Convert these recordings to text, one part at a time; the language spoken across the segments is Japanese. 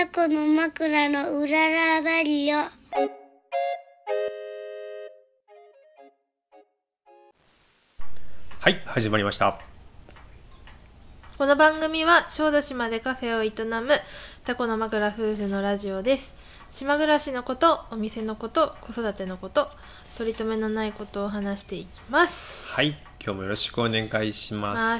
タコの枕のうららだりよ。 はい、始まりました。 この番組は小豆島でカフェを営むタコの枕夫婦のラジオです。島暮らしのこと、お店のこと、子育てのこと、取り留めのないことを話していきます。 はい、今日もよろしくお願いします。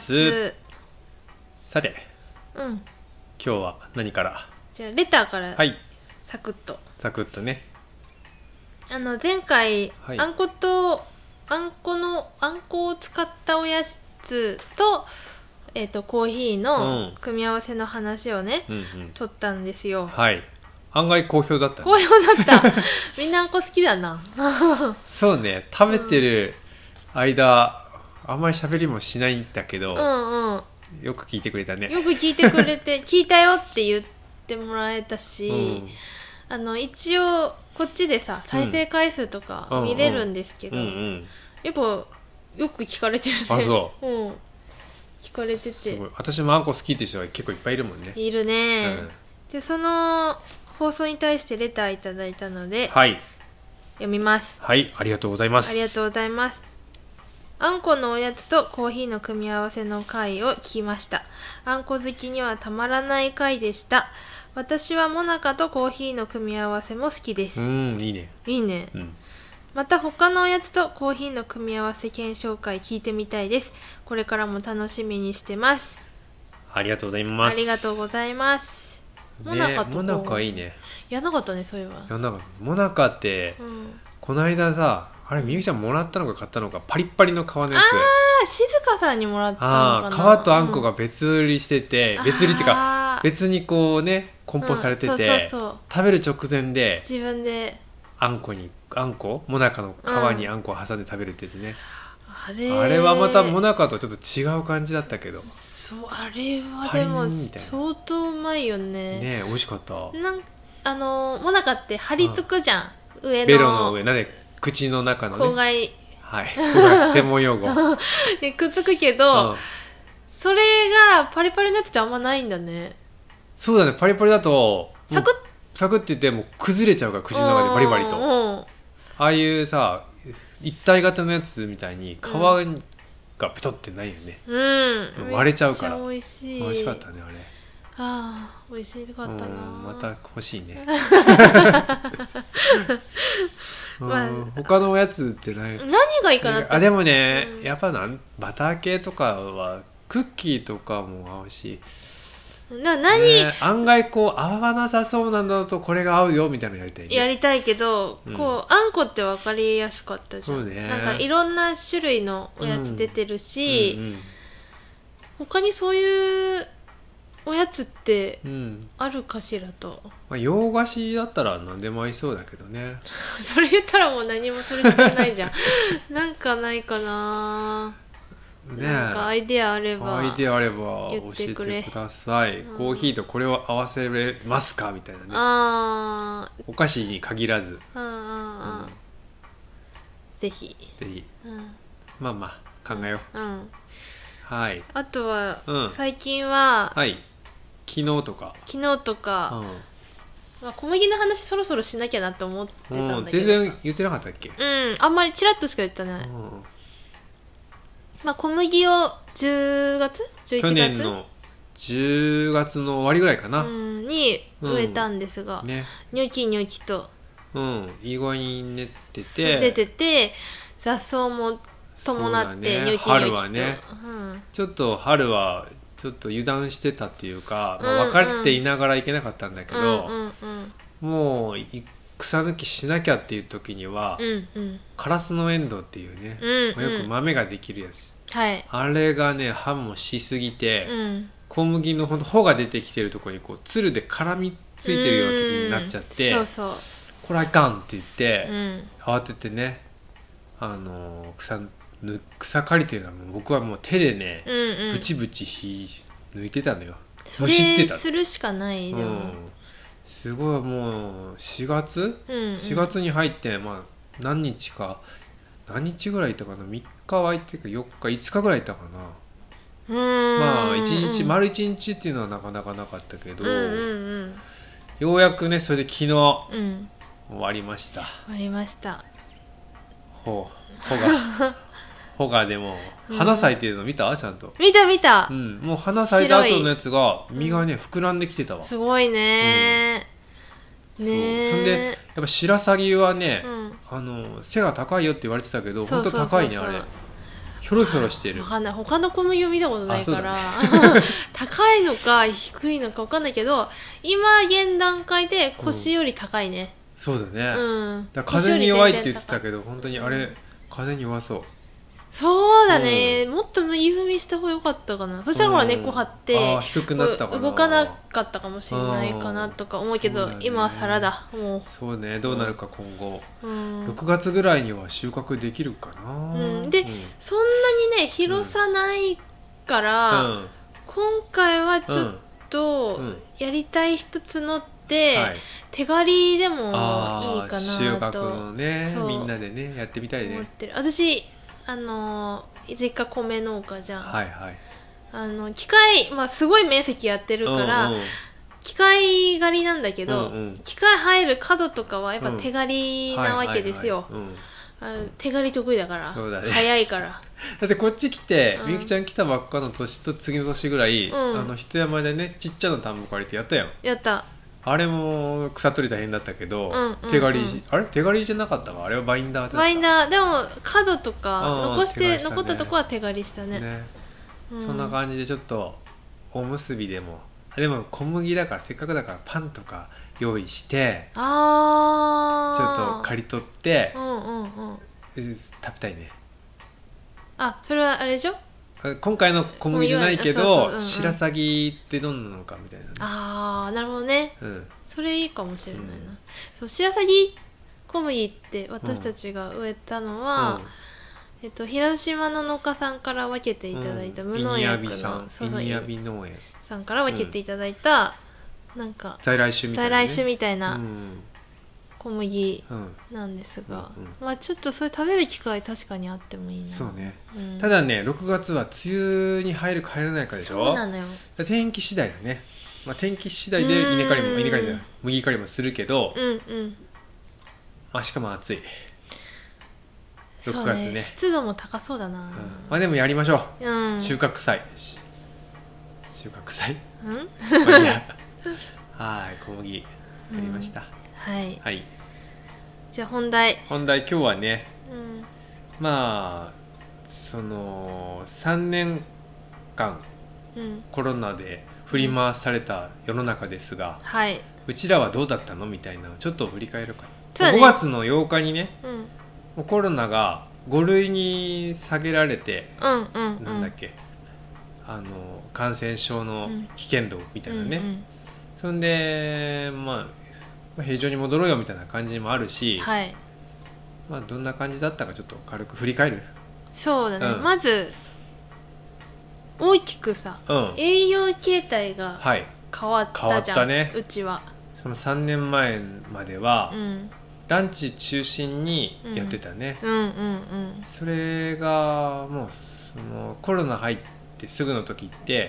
さて、今日は何から？ じゃあレターからはい、 サクッと。 サクッとね。 前回、 はい、 あんことあんこを使ったおやつとコーヒーの組み合わせの話をね、取ったんですよ。 はい。案外好評だったね。 好評だった。みんなあんこ好きだな。 そうね、食べてる間、あんまり喋りもしないんだけど、よく聞いてくれたね。 よく聞いてくれて聞いたよって言ってもらえたし、一応こっちでさ再生回数とか見れるんですけど、やっぱよく聞かれてるね。 あ、そう。 聞かれてて、 すごい。私もあんこ好きって人が結構いっぱいいるもんね。 いるね。でその放送に対してレターいただいたので、 はい、 読みます。 はい、ありがとうございます。 ありがとうございます。あんこのおやつとコーヒーの組み合わせの回を聞きました。あんこ好きにはたまらない回でした。私はモナカとコーヒーの組み合わせも好きです。いいね。 いいね。また他のおやつとコーヒーの組み合わせ検証会聞いてみたいです。これからも楽しみにしてます。 ありがとうございます。 ありがとうございます。 モナカいいね。 やなかったね、そういえば。 モナカって、この間さ、あれみゆきちゃんもらったのか買ったのか、パリッパリの皮のやつ。 静香さんにもらったのかな。 皮とあんこが別売りしてて、別売りってか別にこうね梱包されてて、食べる直前で自分でモナカの皮にあんこを挟んで食べるってですね。あれれはまたモナカとちょっと違う感じだったけど。 そう、あれはでも相当うまいよね。 ね、美味しかった。 モナカって張り付くじゃん、上のベロの上、なんで口の中のね、 口外、 はい、専門用語でくっつくけど、それがパリパリのやつってあんまないんだね。 そうだね、パリパリだとサクッって言っても崩れちゃうから、口の中でバリバリと。ああいうさ一体型のやつみたいに皮がペトってないよね。割れちゃうから。 美味しい。 美味しかったね、あれ。 美味しかったな。 また欲しいね。他のおやつって何がいいかなって。 でもね、やっぱバター系とかはクッキーとかも合うし、案外こう合わなさそうなのとこれが合うよみたいなのやりたいね。 やりたいけど、こうあんこって分かりやすかったじゃん。なんかいろんな種類のおやつ出てるし、他にそういうおやつってあるかしらと。 洋菓子だったら何でも合いそうだけどね。 それ言ったらもう何もそれ必要ないじゃん。なんかないかな。なんかアイデアあれば教えてください。コーヒーとこれを合わせれますかみたいなね。お菓子に限らず。 ぜひ。 まあまあ考えよう。はい。 あとは最近は、 昨日とか、 小麦の話そろそろしなきゃなと思ってたんだけど、 全然言ってなかったっけ？ あんまりチラッとしか言ってない。小麦を10月11月去年の10月の終わりぐらいかな、 に植えたんですが、ニョキニョキといい具合に出てて、雑草も伴ってニョキニョキと。 春はね、ちょっと春はちょっと油断してたっていうか、分かっていながらいけなかったんだけど、もう草抜きしなきゃっていう時には、カラスノエンドウっていうね、よく豆ができるやつ、あれがね葉もしすぎて、小麦の穂が出てきてるところにこうつるで絡みついてるような時になっちゃって、これはいかんって言って、慌ててね、草刈りというのは僕はもう手でね、ブチブチ抜いてたのよ。 むしってた。するしかない。でもすごい、もう4月に入って、何日ぐらいいたかな、3日はいてか4日5日ぐらいいたかな。丸1日っていうのはなかなかなかったけど、 ようやくねそれで昨日終うんわりました。 終わりました。 ほがでも花咲いてるの見たちゃんと。 見た見た、 うん、もう花咲いた後のやつが実がね膨らんできてたわ。 すごいねそうねそんでやっぱ白鷺はね、 うん、 背が高いよって言われてたけど本当そうそうそうそう高いねあれ。ひょろひょろしてる。 わかんない、他の小麦を見たことないから、 ね、 高いのか低いのかわかんないけど今現段階で腰より高いね、 そうだね、 うん、 だから風に弱いって言ってたけど本当にあれ風に弱そう。 そうだね、もっと右踏みした方が良かったかな。そしたらほら根っこ張って低くなったかな、 動かなかったかもしれないかなとか思うけど、今は皿だもう。 そうね、どうなるか今後、6月ぐらいには収穫できるかな、 で、そんなにね広さないから、今回はちょっとやりたい一つのって、手刈りでもいいかなと。 収穫のねみんなでねやってみたいね。 思ってる。私実家米農家じゃん。 はいはい。 機械すごい面積やってるから、機械刈りなんだけど、機械入る角とかはやっぱ手刈りなわけですよ。手刈り得意だから、ね、早いからだってこっち来て、みゆきちゃん来たばっかの年と次の年ぐらい、人山でねちっちゃな田んぼ借りてやったやん。 やった。 あれも草取り大変だったけど、手刈り、あれ手刈りじゃなかったわ。あれはバインダーだった。 バインダーでも角とか残ったとこは手刈りしたね。 そんな感じでちょっとおむすびでも小麦だからせっかくだからパンとか用意してちょっと刈り取って食べたいね。 それはあれでしょ。 今回の小麦じゃないけど白鷺ってどんなのかみたいなね。 なるほどね、それいいかもしれないな。そう白鷺小麦って私たちが植えたのは、広島の農家さんから分けていただいた無農薬のイニアビ農園さんから分けていただいた、なんか在来種みたいな小麦なんですが、ちょっとそれ食べる機会確かにあってもいいな。 そうね、ただね6月は梅雨に入るか入らないかでしょ。 そうなのよ。 天気次第だね。天気次第で麦刈りもするけど、しかも暑い6月ね。 湿度も高そうだな。 でもやりましょう、収穫祭はい小麦やりました。はい、 じゃあ本題今日はね、その3年間、コロナで振り回された世の中ですが、うちらはどうだったのみたいなのをちょっと振り返るか。5月の8日にね、コロナが5類に下げられて、なんだっけ感染症の危険度みたいなね、そんで平常に戻ろうよみたいな感じもあるし、どんな感じだったかちょっと軽く振り返る。 そうだね、まず大きくさ、営業形態が変わったじゃん、うちは。 その3年前までは、ランチ中心にやってたね。それがもうそのコロナ入ってすぐの時って、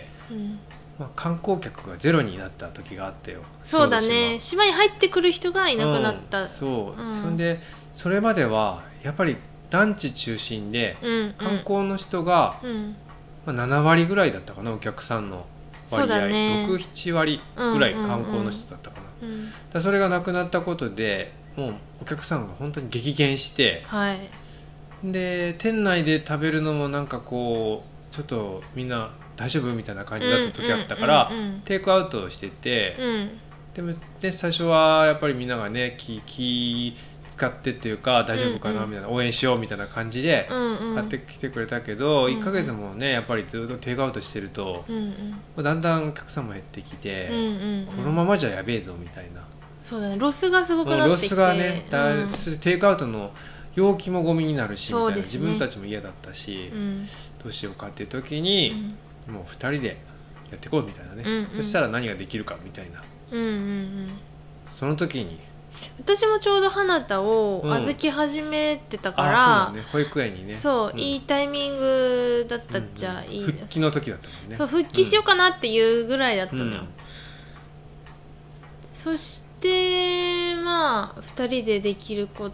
観光客がゼロになった時があったよ。 そうだね、島に入ってくる人がいなくなった。 そんでそれまではやっぱりランチ中心で、観光の人が、7割ぐらいだったかな、お客さんの割合、6、7割ぐらい観光の人だったかな。それがなくなったことでもうお客さんが本当に激減して、で店内で食べるのもなんかこうちょっとみんな大丈夫みたいな感じだった時あったから、テイクアウトしてて、でも最初はやっぱりみんながね気使ってっていうか大丈夫かなみたいな、応援しようみたいな感じで買ってきてくれたけど、1ヶ月もねやっぱりずっとテイクアウトしてると、だんだんお客さんも減ってきて、このままじゃやべえぞみたいな。 そうだね、ロスがすごくなってきて、 ロスがね、そしてテイクアウトの容器もゴミになるしみたいな、自分たちも嫌だったし、どうしようかっていう時に、もう2人でやっていこうみたいなね、そしたら何ができるかみたいな、その時に私もちょうど花田を預け始めてたから、 そうだね、保育園にね、 いいタイミングだったっちゃいい、 復帰の時だったもんね。 復帰しようかなっていうぐらいだったのよ。 そしてまあ2人でできること、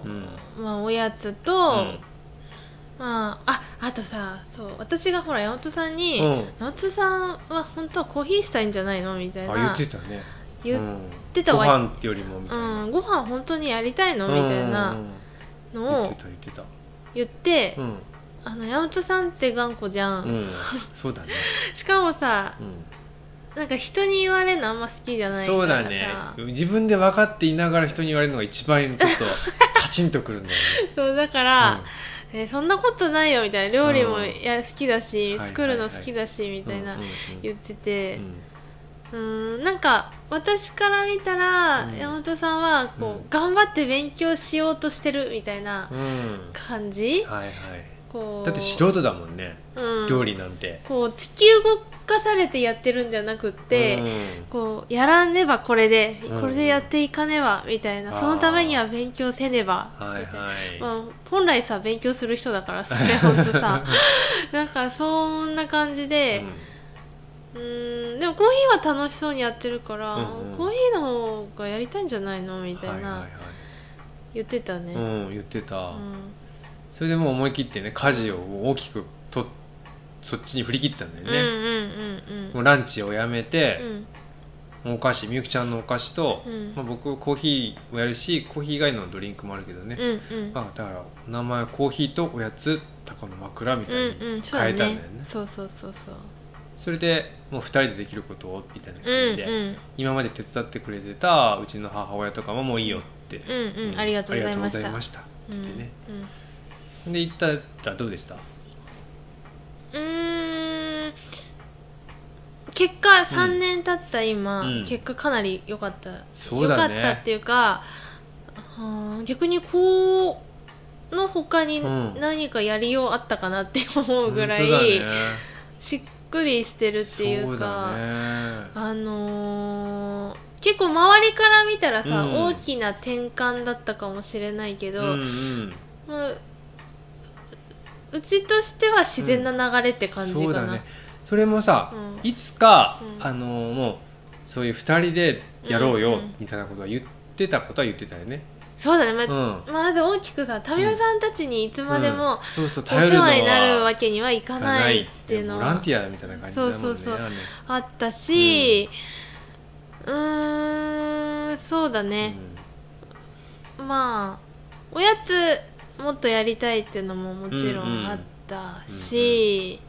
まあ、おやつと、まあ、あとさ、そう私がほら山本さんに、山本さんは本当はコーヒーしたいんじゃないのみたいな言ってたね。 言ってたご飯よりもみたいな、 ご飯本当にやりたいのみたいなのを言って、山本さんって頑固じゃん、 そうだねしかもさ、なんか人に言われるのあんま好きじゃないからさ。 そうだね、自分で分かっていながら人に言われるのが一番ちょっとカチンとくるんだよねそうだから、そんなことないよみたいな、料理も好きだし、作るの好きだしみたいな言ってて、なんか私から見たら、山本さんはこう、頑張って勉強しようとしてるみたいな感じ、こうだって素人だもんね、料理なんてこう突き動かされてやってるんじゃなくって、こうやらねばこれでやっていかねばみたいな、そのためには勉強せねばみたいな、まあ、本来さ勉強する人だからさほんとさなんかそんな感じで、でもコーヒーは楽しそうにやってるから、コーヒーの方がやりたいんじゃないのみたいな、言ってたね。 言ってた、それでもう思い切ってね家事を大きくそっちに振り切ったんだよね。もうランチをやめて、お菓子みゆきちゃんのお菓子と、まあ、僕コーヒーをやるしコーヒー以外のドリンクもあるけどね、だから名前コーヒーとおやつタコの枕みたいに変えたんだよね。それでもう2人でできることをみたいな感じで、今まで手伝ってくれてたうちの母親とかももういいよって、 ありがとうございましたって言ってね、で行ったらどうでした？ 結果3年経った今、結果かなり良かった。 そうだね、 良かったっていうか、逆にこうの他に何かやりようあったかなって思うぐらい、しっくりしてるっていうか、結構周りから見たらさ、大きな転換だったかもしれないけど、うちとしては自然な流れって感じかな。 そうだね。それもさ、いつか、もうそういう2人でやろうよみたいなことは言ってたことは言ってたよね。 そうだね、まず大きくさ、民生さんたちにいつまでもお世話になるわけにはいかないっていうのはボランティアみたいな感じだもんね。 あったし、そうだね、まあおやつもっとやりたいっていうのももちろんあったし、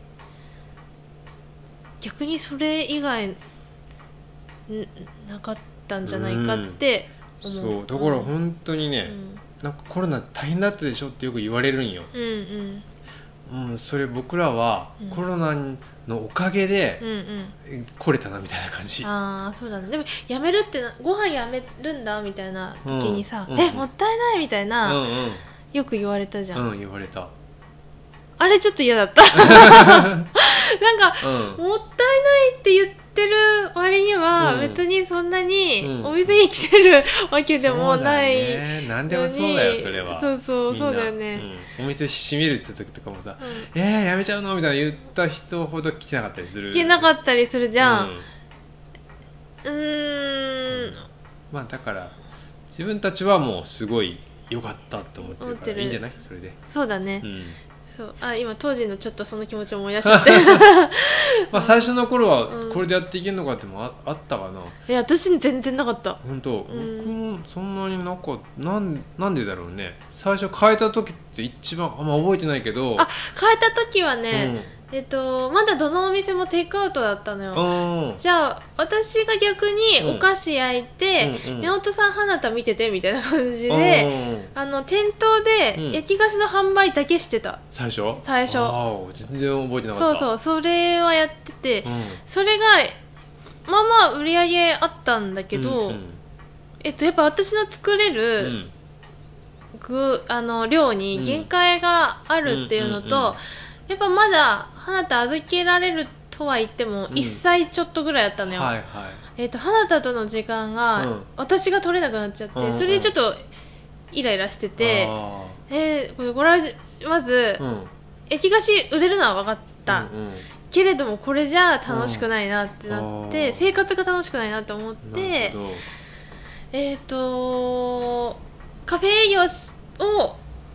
逆にそれ以外なかったんじゃないかって思う。 そうだから本当にね、なんかコロナ大変だったでしょってよく言われるんよ。それ僕らはコロナのおかげで来れたなみたいな感じ。 そうだね。でもやめるってご飯やめるんだみたいな時にさ、もったいないみたいな、よく言われたじゃん。 言われた。 あれちょっと嫌だったなんか、もったいないって言ってる割には、別にそんなにお店に来てるわけでもない、 なんでもそうだよそれは。 そうだよね、 お店閉めるって時とかもさ、やめちゃうのみたいな言った人ほど来てなかったりする。 来てなかったりするじゃん。 まあだから自分たちはもうすごい良かったと思ってるからいいんじゃない？それで。 そうだね。今当時のちょっとその気持ちを思い出しちゃってまあ最初の頃はこれでやっていけるのかってもあったかな。 私全然なかった。 本当、僕もそんなになんでだろうね。最初変えた時って一番あんま覚えてないけど、 変えた時はね、まだどのお店もテイクアウトだったのよ。じゃあ私が逆にお菓子焼いて、山本さん花田見ててみたいな感じで、店頭で焼き菓子の販売だけしてた。 最初全然覚えてなかった。 それはやってて、それがまあまあ売り上げあったんだけど、やっぱ私の作れる量に限界があるっていうのと、やっぱまだ花田預けられるとは言っても1歳ちょっとぐらいだったのよ。花田との時間が私が取れなくなっちゃって、それでちょっとイライラしてて、これまず焼き菓子売れるのは分かったけれどもこれじゃ楽しくないなってなって、 うん生活が楽しくないなって思っなてるほカフェ営業を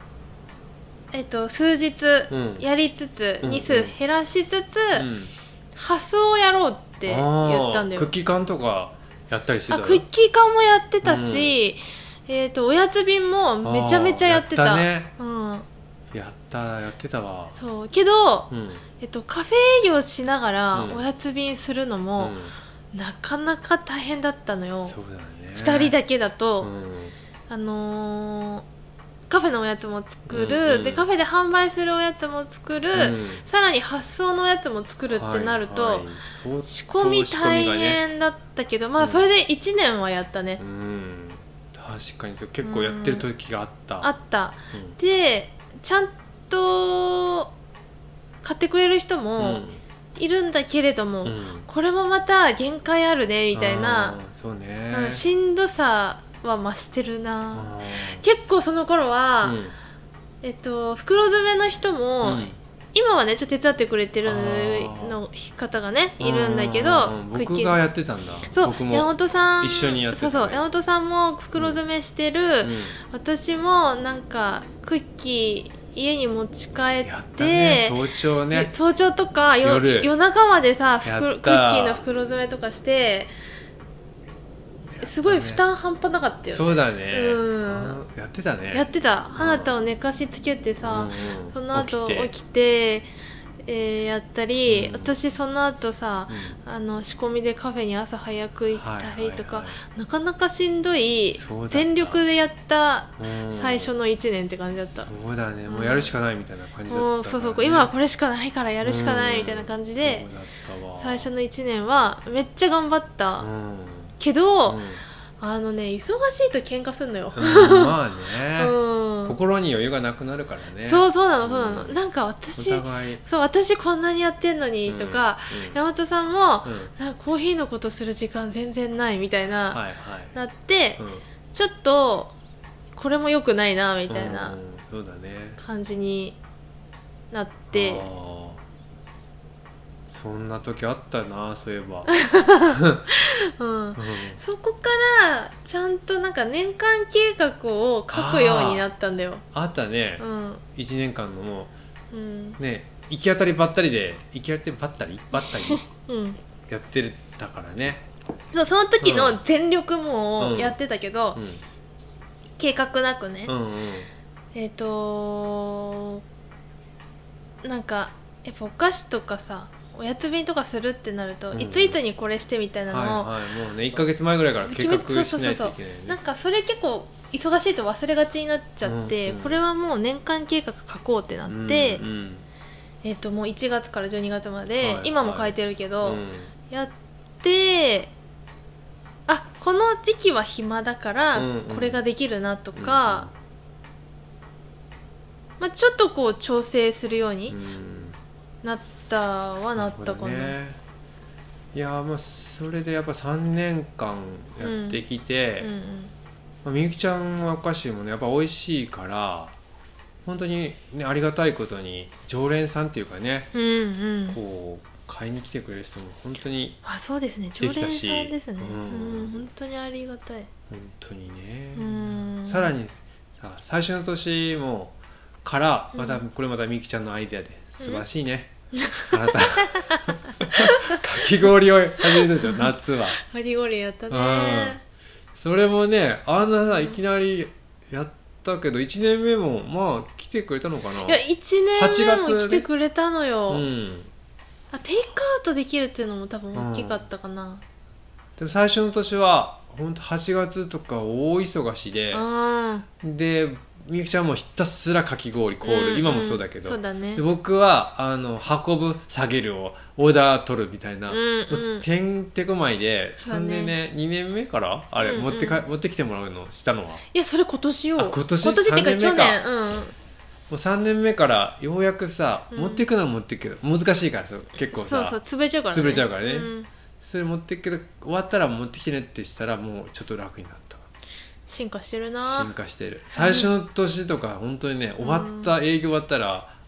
数日うんやりつつ、 うん日数減らしつつ、 ど、うん発送をやろうって言ったんだよ。 クッキー缶とかやったりしてたクッキー缶もやってたし、おやつ便もめちゃめちゃやってた。 やったね、 うん、 やってたわ。 そうけど、 うんカフェ営業しながらうんおやつ便するのも、なかなか大変だったのよ。 そうだね、 2人だけだと、 うんカフェのおやつも作る、 うんうんでカフェで販売するおやつも作る、さらに発送のおやつも作るってなると、 はいはいそう仕込み大変だったけど、まあそれで1年はやったね、 うん確かにそう結構やってる時があった、 あった。 うんでちゃんと買ってくれる人うもんいるんだけれども、 うんこれもまた限界あるねみたいなあー、そうね、 しんどさは増してるな。 あ結構その頃ーは、 うん袋詰めの人も、 うん今はねちょっと手伝ってくれてるの方がねいるんだけど、クッキー僕がやってたんだ。 そう僕も山本さん一緒にやってたねそう山本さんも袋詰めしてる、私もなんかクッキー家に持ち帰やっったね、 て、 早朝ね。 早朝とか夜中までさやったクッキーの袋詰めとかしてすごい負担半端なかったよね。 そうだね、 うんやってたね。 やってた。花田を寝かしつけてさ、 うんうんその後起きて起きて、やったり、 うん私その後さ、 う仕込みでカフェに朝早く行ったりとか、 はいはいはいなかなかしんどいそうだった全力でやったうん最初の1年って感じだった。 そうだね、もうやるしかないみたいな感じだったから、ね、 もうそう今はこれしかないからやるしかないみたいな感じで、 そうだったわ最初の1年はめっちゃ頑張った、 うんけど、 うん忙しいと喧嘩すんのよ、 まあね、 うん、 心に余裕がなくなるからね。 そうなのうんなんかお私互い私こんなにやってんのにとか、 うん山本さんも、 うんなんかコーヒーのことする時間全然ないみたいな、 はいはいなって、 うんちょっとこれも良くないなみたいなうんそうだね感じになって、 あーそんな時あったな、そういえば、 うんうん、 そこからちゃんとなんか年間計画を書くようになったんだよ。 あったね、 うん 1年間のもうんうね行き当たりばったりでうん、 やってたからね、 その時の全力もやってたけど、 うん計画なくね、 うんなんかやっぱお菓子とかさおやつ便とかするってなると、 うんいついつにこれしてみたいなのを、 はいはい、もうね1ヶ月前ぐらいから計画しないといけないよね。 なんかそれ結構忙しいと忘れがちになっちゃって、 うんうんこれはもう年間計画書こうってなって、 うんうんもう1月から12月まで、 はいはい今も書いてるけど、 うんやってこの時期は暇だからうんうんこれができるなとか、まあ、ちょっとこう調整するようにうんなったはなったかな。 ね、いやまあそれでやっぱ3年間やってきて、 うんうんまあ、みゆきちゃんはお菓子もねやっぱ美味しいから本当に、ね、ありがたいことに常連さんっていうかね、 うんうん、 こう買いに来てくれる人も本当にそうですね、常連さんですね、 うん本当にありがたい。 本当にね、 うんさらにさ最初の年もからまた、これまたみゆきちゃんのアイデアで素晴らしいね、あなたかき氷を始めたでしょ夏は。 ハリゴリやったね。 それもねあんなさいきなりやったけど1年目もまあ来てくれたのかな。 いや1年目も来てくれたのよ、 うんテイクアウトできるっていうのも多分大きかったかな、 でも最初の年は本当8月とか大忙しで、でみゆきちゃんもひたすらかき氷コール、今もそうだけど、 そうだね、 で僕は運ぶ下げるをオーダー取るみたいな、もうてんてこまいで、そんでね2年目からあれ、持ってきてもらうのしたのは、 いやそれ今年よ。 今年っていうか 3年目か去年、 もう3年目からようやくさ、持っていくのは持っていくけど難しいから結構さそう潰れちゃうからね。 潰れちゃうからね、それ持っていくけど終わったら持ってきてねってしたらもうちょっと楽になった。 進化してるな。 進化してる。最初の年とか本当にね、営業終わったら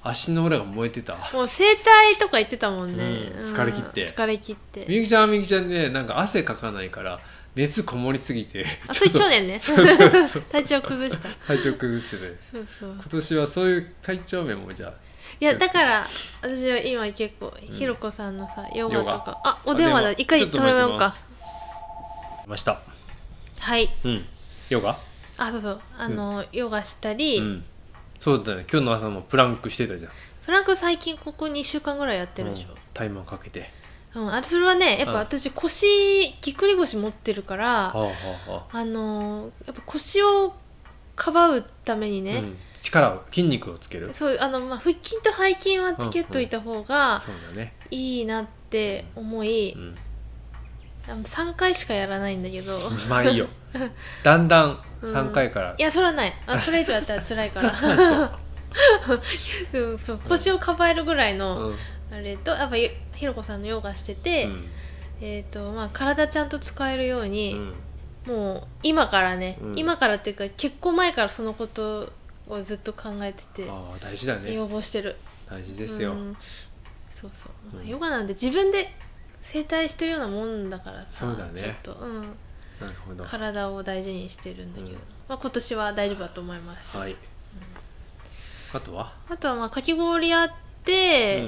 足の裏が燃えてた。 もう整体とか行ってたもんね、 疲れ切って疲れ切ってみゆきちゃんはみゆきちゃんでなんか汗かかないから熱こもりすぎてそれ去年ねそう体調崩した体調崩してねそう今年はそういう体調面もじゃあいやだから私は今結構ひろこさんのさヨガとかお電話だ一回止めようかましたはいヨガそうヨガしたり、 そうだね今日の朝もプランクしてたじゃん。 プランク最近ここ2週間ぐらいやってるでしょ、 タイマーかけてそれはねやっぱ私ぎっくり腰持ってるから、やっぱ腰をかばうためにね、 筋肉をつけるそう腹筋と背筋はつけといた方がそうだねいいなって思い、3回しかやらないんだけどまあいいよだんだん3回から、 いやそれはないそれ以上やったら辛いからそう腰をかばえるぐらいの、あれとやっぱひろこさんのヨガしてて、体ちゃんと使えるように、もう今からね、今からっていうか結構前からそのことをずっと考えてて大事だね要望してる大事ですよ、 そうそう、ヨガなんで自分で整体してるようなもんだからさそうだねちょっと、 なるほど体を大事にしてるんだけど、今年は大丈夫だと思います。 はい、あとはかき氷やって、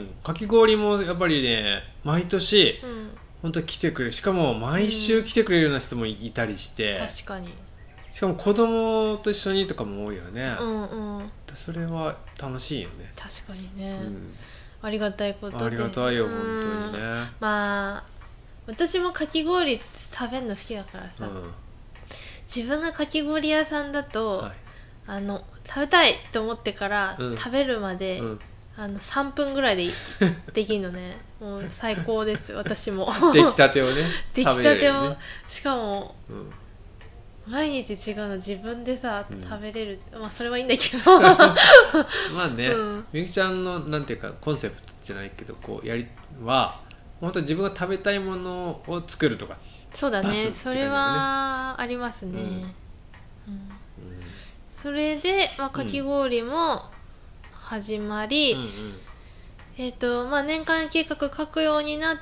かき氷もやっぱりね毎年、本当に来てくれるしかも毎週来てくれるような人もいたりして、 確かにしかも子供と一緒にとかも多いよね、それは楽しいよね確かにね、ありがたいことでありがたいよ本当にね。 まあ私もかき氷食べるの好きだからさ、自分がかき氷屋さんだと、食べたいと思ってから食べるまで、3分ぐらいでできるのねもう最高です私も出来たてをね出来たてをしかも、毎日違うの自分でさ食べれる、それはいいんだけどまあね、みゆきちゃんのなんていうかコンセプトじゃないけどこうは本当に自分が食べたいものを作るとかそうだねそれはありますね、それで、かき氷も始まり、年間計画書くようになって、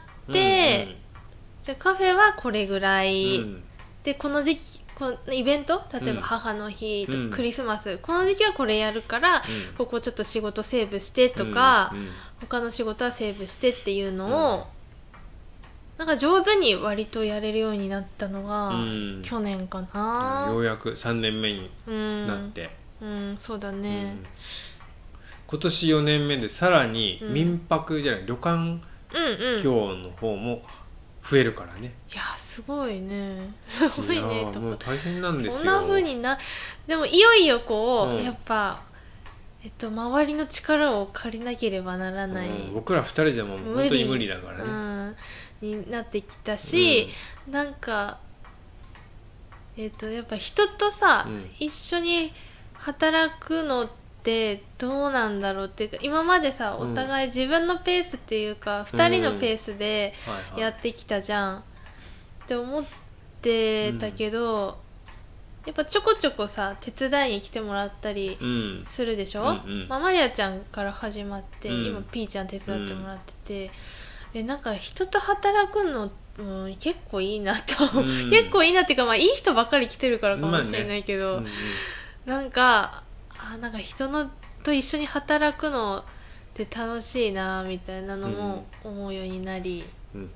じゃあカフェはこれぐらい、でこの時期イベント例えば母の日とかクリスマス、この時期はこれやるから、ここちょっと仕事セーブしてとか、他の仕事はセーブしてっていうのを、なんか上手に割とやれるようになったのが、去年かな、 ようやく3年目になって、 そうだね、 今年4年目でさらに民泊じゃない、旅館業の方も増えるからね。 いやすごいねすごいねとかもう大変なんですよ。 そんな風にでもいよいよこう、やっぱ周りの力を借りなければならない、 僕ら2人じゃもう本当に無理だからね、 になってきたし、なんかやっぱ人とさ、一緒に働くのってどうなんだろうっていうか、今までさお互い自分のペースっていうか、2人のペースでやってきたじゃん、って思ってたけど、やっぱちょこちょこさ手伝いに来てもらったりするでしょ、マリアちゃんから始まって、今ピーちゃん手伝ってもらってて、なんか人と働くの結構いいなと、結構いいなっていうか、いい人ばっかり来てるからかもしれないけど、なんか人と一緒に働くのって楽しいなみたいなのも思うようになり、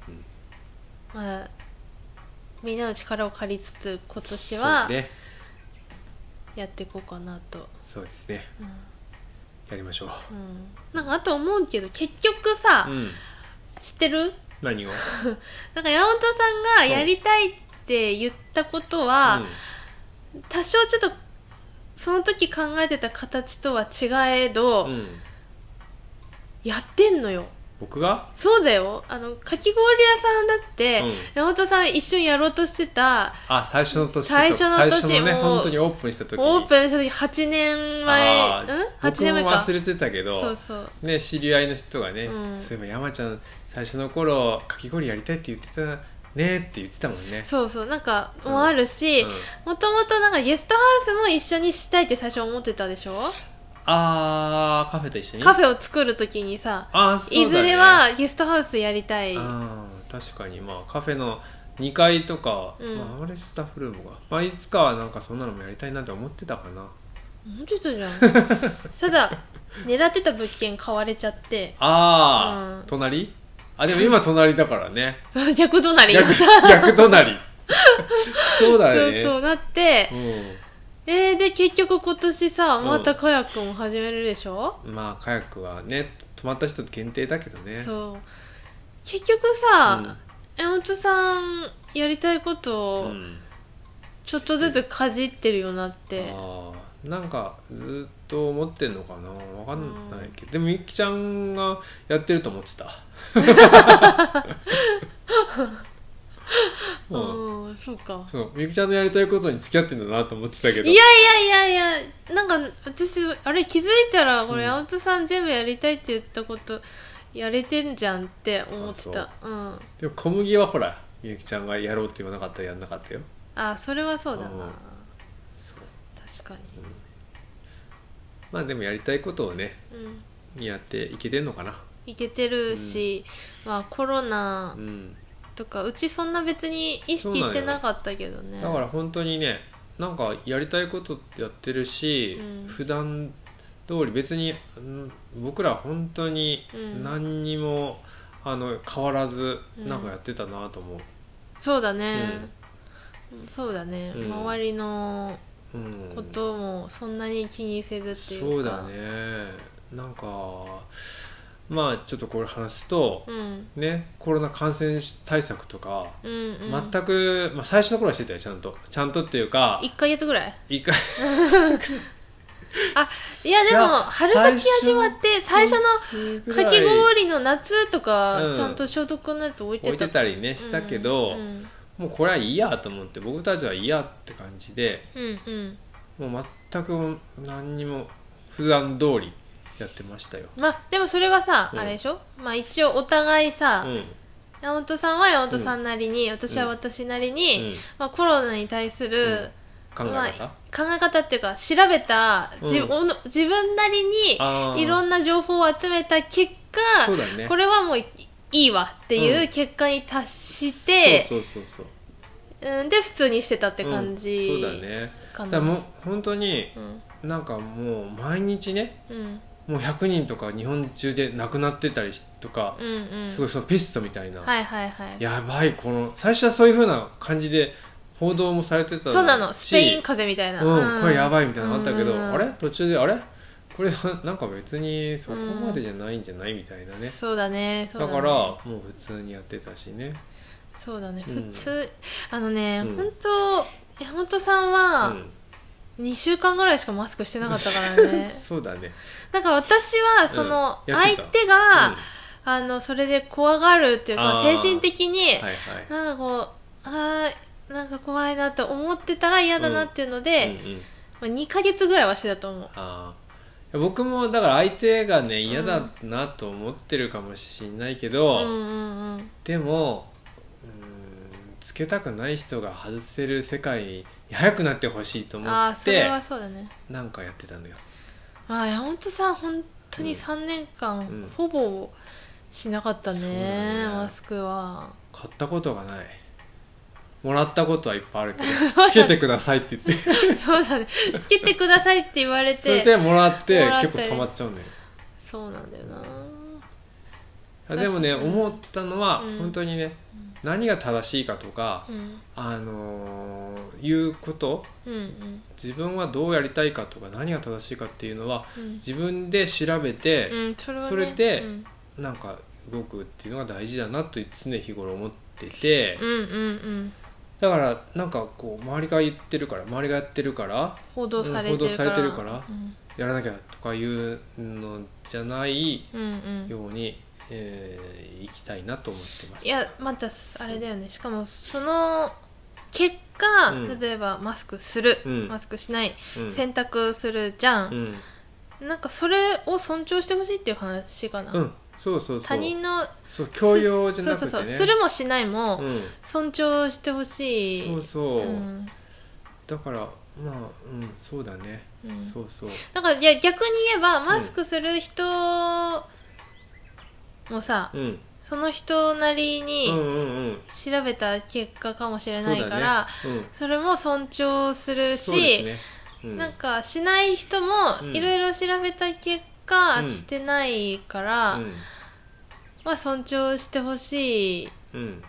みんなの力を借りつつ今年はやっていこうかなと。 そうですね、やりましょう。 なんかあと思うけど結局さ、知ってる？ 何をなんか山本さんがやりたいって言ったことは、多少ちょっとその時考えてた形とは違えど、やってんのよ。 僕が？ そうだよ。かき氷屋さんだって、山本さん一緒にやろうとしてた。 最初の年最初のね、本当にオープンした時。 オープンした時8年前。8年前か。 僕も忘れてたけど、 そうね、知り合いの人がね、そういえば山ちゃん最初の頃かき氷やりたいって言ってたねって言ってたもんね。 そうなんかもあるし、もともとなんかゲストハウスも一緒にしたいって最初思ってたでしょ。 あー、カフェと一緒にカフェを作る時にさ、 そうだね、 いずれはゲストハウスやりたい。 確かに、まあカフェの2階とか、あれスタッフルームが、まあ、いつかはなんかそんなのもやりたいなって思ってたかな。 思ってたじゃんただ狙ってた物件買われちゃって、 隣でも今隣だからね逆隣逆隣そうだね。 そうなって、で結局今年さまたカヤックも始めるでしょ。 まあカヤックはね泊まった人限定だけどね。 そう結局さ、山本さんやりたいことをちょっとずつかじってるよなって、 なんかずっと思ってんのかな、わかんないけど、でもみきちゃんがやってると思ってたそうか。 そうみきちゃんのやりたいことに付き合ってんだなと思ってたけど、 いやなんか私あれ気づいたらこれ山本さん全部やりたいって言ったことやれてんじゃんって思ってた。 でも小麦はほらみゆきちゃんがやろうって言わなかったらやんなかったよ。 それはそうだな。 そう確かに、 まあでもやりたいことをね、やっていけてんのかな。 いけてるし、まあコロナとかうちそんな別に意識してなかったけどね。 だから本当にねなんかやりたいことやってるし、普段通り別に、僕ら本当に何にも、変わらずなんかやってたなと思う。 そうだね、そうだね、周りのこともそんなに気にせずっていうか。 そうだね。なんかまあちょっとこれ話すと、ねコロナ感染対策とか、全く、最初の頃はしてたよ。ちゃんとっていうか 1ヶ月ぐらい 1回いやでも春先始まって最初のかき氷の夏とか、ちゃんと消毒のやつ置いてたりねしたけど、もうこれはいいやと思って、僕たちはいいやって感じで、もう全く何にも普段通りやってましたよ。 でもそれはさ、あれでしょ、一応お互いさ、山本さんは山本さんなりに、私は私なりに、コロナに対する、考え方っていうか調べた自分なりにいろんな情報を集めた結果、これはもういいわっていう結果に達して、で普通にしてたって感じかな。 だからもう本当に、なんかもう毎日ね、もう100人とか日本中で亡くなってたりとか、すごいそのペストみたいな、やばい、この最初はそういう風な感じで報道もされてたし、 そうなの、スペイン風邪みたいな、 これやばいみたいなのあったけど、あれ途中でこれなんか別にそこまでじゃないんじゃないみたいなね。 そうだね。 だからもう普通にやってたしね。 そうだね、普通本当山本さんは2週間ぐらいしかマスクしてなかったからねそうだね。 なんか私はその相手が、それで怖がるっていうか精神的になんかこうなんか怖いなと思ってたら嫌だなっていうので、2ヶ月ぐらいはしてたと思う。 僕もだから相手がね嫌だなと思ってるかもしれないけど、でもつけたくない人が外せる世界に早くなってほしいと思って、 それはそうだね、 なんかやってたのよ。 山本さん本当に3年間、ほぼしなかったね、マスクは。 買ったことがない。もらったことはいっぱいあるけどつけてくださいって言ってそうだね、つけてくださいって言われてそれでもらって結構溜まっちゃうんだよ。 そうなんだよな。 でもね思ったのは、本当にね、何が正しいかとか、いうこと、自分はどうやりたいかとか何が正しいかっていうのは、自分で調べて、それでなんか動くっていうのが大事だなと常日頃思ってて、だからなんかこう周りがやってるから報道されてるから、 やらなきゃとかいうのじゃないように行きたいなと思ってます。 いやまたあれだよね、しかもその結果、例えばマスクする、マスクしない、選択するじゃん、なんかそれを尊重してほしいっていう話かな。 そう他人の強要じゃなくてね、 するもしないも尊重してほしい。 だからまあそうだね、そうそう。 なんかいや逆に言えばマスクする人もさ、その人なりに調べた結果かもしれないから、それも尊重するし、なんかしない人もいろいろ調べた結果してないから、まあ尊重してほしい。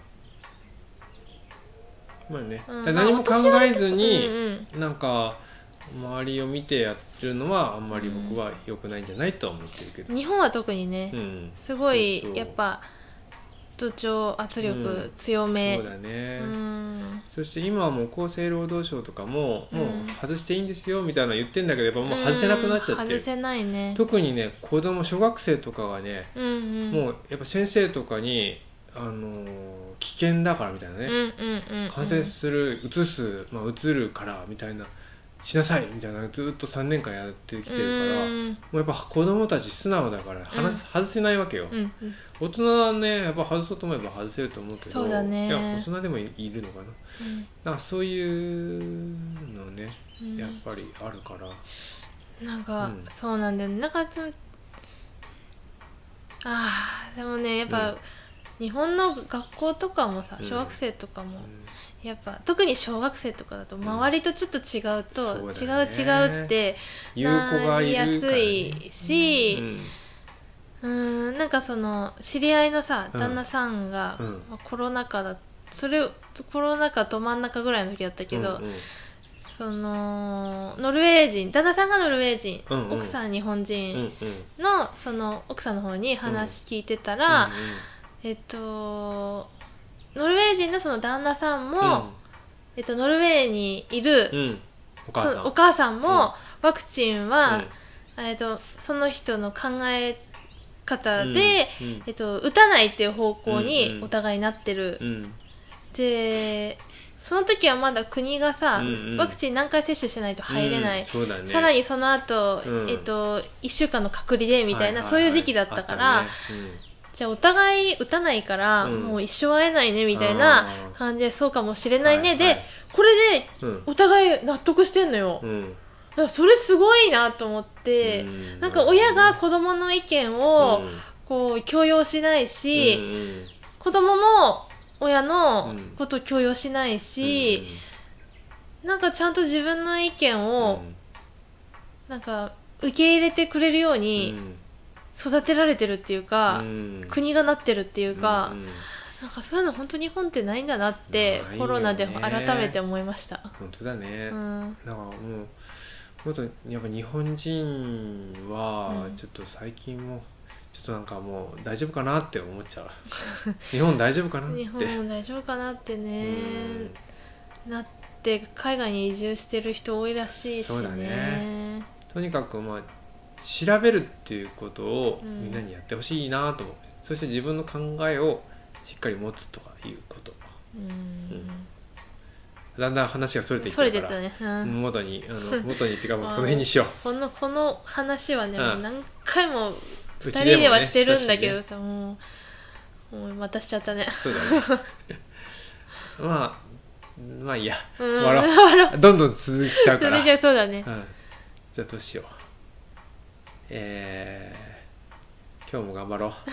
まあね、何も考えずに、なんか周りを見てやってるのはあんまり僕は良くないんじゃないとは思ってるけど、 日本は特にね、すごいやっぱ同調圧力強め、 そうだね、そして今はもう厚生労働省とかも、もう外していいんですよみたいなの言ってんだけど、やっぱもう外せなくなっちゃってる、 外せないね。 特にね子供小学生とかはね、もうやっぱ先生とかに危険だからみたいなね、感染するうつるからみたいなしなさいみたいなずっと3年間やってきてるから、もうやっぱ子供たち素直だから外せないわけよ、大人はねやっぱ外そうと思えば外せると思うけど、 そうだね、 いや大人でもいるのかな、なんかそういうのね、やっぱりあるから、 なんか、そうなんだよね。なんかでもねやっぱ、日本の学校とかもさ、小学生とかも、やっぱ特に小学生とかだと周りとちょっと違うと、違うってなりやすいし、なんかその知り合いのさ旦那さんが、コロナ禍ど真ん中ぐらいの時だったけど、そのノルウェー人、旦那さんがノルウェー人、奥さん日本人の、その奥さんの方に話聞いてたら、ノルウェー人のその旦那さんも、ノルウェーにいる、お母さんも、ワクチンは、その人の考え方で、打たないっていう方向にお互いなってる、でその時はまだ国がさ、ワクチン何回接種してないと入れない、さらにその後、1週間の隔離でみたいな、そういう時期だったから、じゃあお互い打たないから、もう一生会えないねみたいな感じで、そうかもしれないね、でこれでお互い納得してんのよ、だからそれすごいなと思って、なんか親が子供の意見をこう強要しないし、子供も親のことを強要しないし、なんかちゃんと自分の意見をなんか受け入れてくれるように育てられてるっていうか、国がなってるっていうか、なんかそういうの本当に日本ってないんだなってコロナで改めて思いました。 本当だね、なんかもっとやっぱ日本人はちょっと最近もちょっとなんかもう大丈夫かなって思っちゃう日本大丈夫かなって、 日本大丈夫かなってね、なって海外に移住してる人多いらしいしね。 そうだね、とにかく調べるっていうことをみんなにやってほしいなと思って、そして自分の考えをしっかり持つとかいうこと、だんだん話がそれていっちゃうから、元にっていうかこの辺にしよう。 この話はね、もう何回も2人ではしてるんだけどさ、もうまたしちゃったね。 そうだねまあいいや、終わろうどんどん続いちゃうから。 そうだね、 じゃあどうしよう、今日も頑張ろう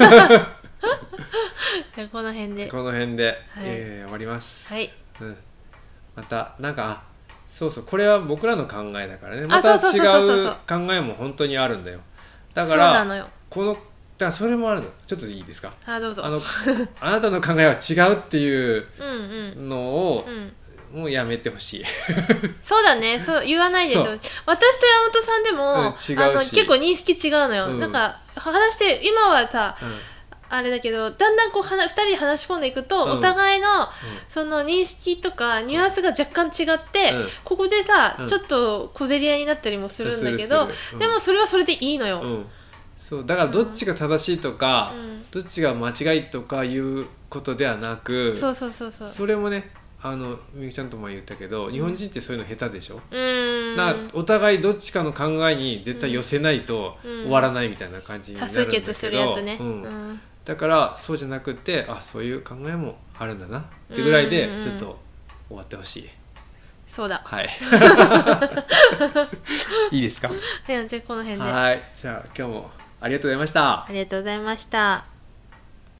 じゃあこの辺で終わります。またなんかそうこれは僕らの考えだからね、また違う考えも本当にあるんだよ。だからそれもあるの。ちょっといいですか。 どうぞ。 あなたの考えは違うっていうのをもうやめてほしいそうだね、そう言わないでと。私と山本さんでも、結構認識違うのよ、なんか話して今はさ、あれだけど、だんだんこう2人で話し込んでいくと、お互いのその認識とかニュアンスが若干違って、ここでさ、ちょっと小競り合いになったりもするんだけど、でもそれはそれでいいのよ、 そうだからどっちが正しいとか、どっちが間違いとかいうことではなく、それもね、みゆきちゃんとも言ったけど、日本人ってそういうの下手でしょ。お互いどっちかの考えに絶対寄せないと終わらないみたいな感じになるんだけど、多数決するやつね、だからそうじゃなくて、そういう考えもあるんだなってぐらいでちょっと終わってほしい。 そうだ。 はいいいですか？ はい、じゃあこの辺で。 はい、じゃあ今日もありがとうございました。 ありがとうございました。